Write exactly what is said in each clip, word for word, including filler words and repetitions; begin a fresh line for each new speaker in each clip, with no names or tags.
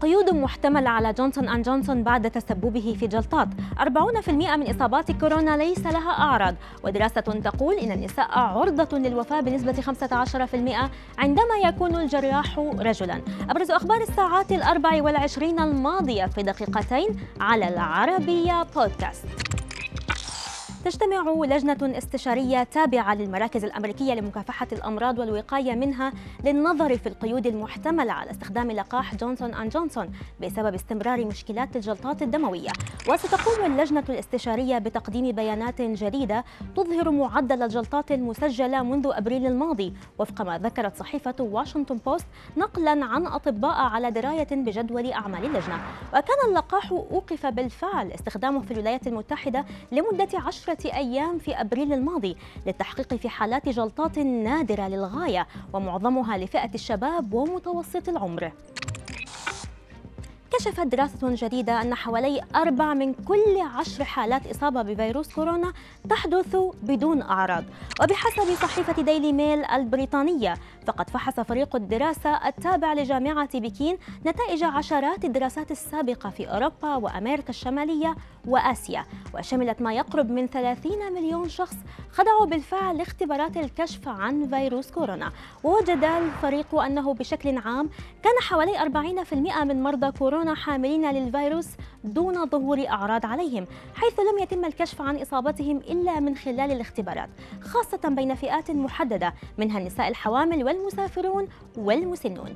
قيود محتملة على جونسون أند جونسون بعد تسببه في جلطات. أربعين بالمئة من إصابات كورونا ليس لها أعراض، ودراسة تقول إن النساء عرضة للوفاة بنسبة خمسة عشر بالمئة عندما يكون الجراح رجلاً. أبرز أخبار الساعات الأربع والعشرين الماضية في دقيقتين على العربية بودكاست. تجتمع لجنة استشارية تابعة للمراكز الأمريكية لمكافحة الأمراض والوقاية منها للنظر في القيود المحتملة على استخدام لقاح جونسون أند جونسون بسبب استمرار مشكلات الجلطات الدموية. وستقوم اللجنة الاستشارية بتقديم بيانات جديدة تظهر معدل الجلطات المسجلة منذ أبريل الماضي وفق ما ذكرت صحيفة واشنطن بوست نقلا عن أطباء على دراية بجدول أعمال اللجنة. وكان اللقاح أوقف بالفعل استخدامه في الولايات المتحدة لمدة عشرة أيام في أبريل الماضي للتحقيق في حالات جلطات نادرة للغاية ومعظمها لفئة الشباب ومتوسط العمر. كشفت دراسة جديدة أن حوالي أربع من كل عشر حالات إصابة بفيروس كورونا تحدث بدون أعراض. وبحسب صحيفة ديلي ميل البريطانية فقد فحص فريق الدراسة التابع لجامعة بكين نتائج عشرات الدراسات السابقة في أوروبا وأمريكا الشمالية وآسيا، وشملت ما يقرب من ثلاثين مليون شخص خضعوا بالفعل لاختبارات الكشف عن فيروس كورونا. ووجد الفريق أنه بشكل عام كان حوالي أربعين بالمئة من مرضى كورونا حاملين للفيروس دون ظهور أعراض عليهم، حيث لم يتم الكشف عن إصابتهم إلا من خلال الاختبارات، خاصة بين فئات محددة منها النساء الحوامل والمسافرون والمسنون.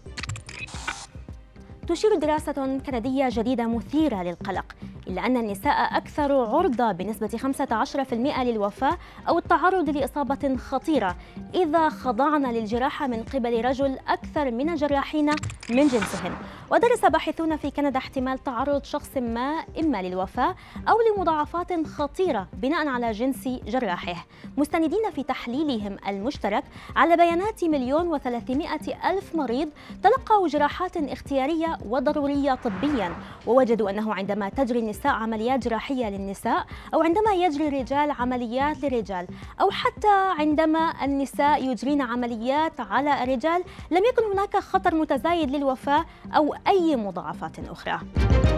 تشير دراسة كندية جديدة مثيرة للقلق إلا أن النساء أكثر عرضة بنسبة خمسة عشر بالمئة للوفاة أو التعرض لإصابة خطيرة إذا خضعن للجراحة من قبل رجل أكثر من الجراحين من جنسهن. ودرس باحثون في كندا احتمال تعرض شخص ما إما للوفاة أو لمضاعفات خطيرة بناء على جنس جراحه، مستندين في تحليلهم المشترك على بيانات مليون وثلاثمائة ألف مريض تلقوا جراحات اختيارية وضرورية طبياً. ووجدوا أنه عندما تجري النساء عمليات جراحية للنساء أو عندما يجري الرجال عمليات للرجال أو حتى عندما النساء يجرين عمليات على الرجال لم يكن هناك خطر متزايد للوفاة أو أي مضاعفات أخرى.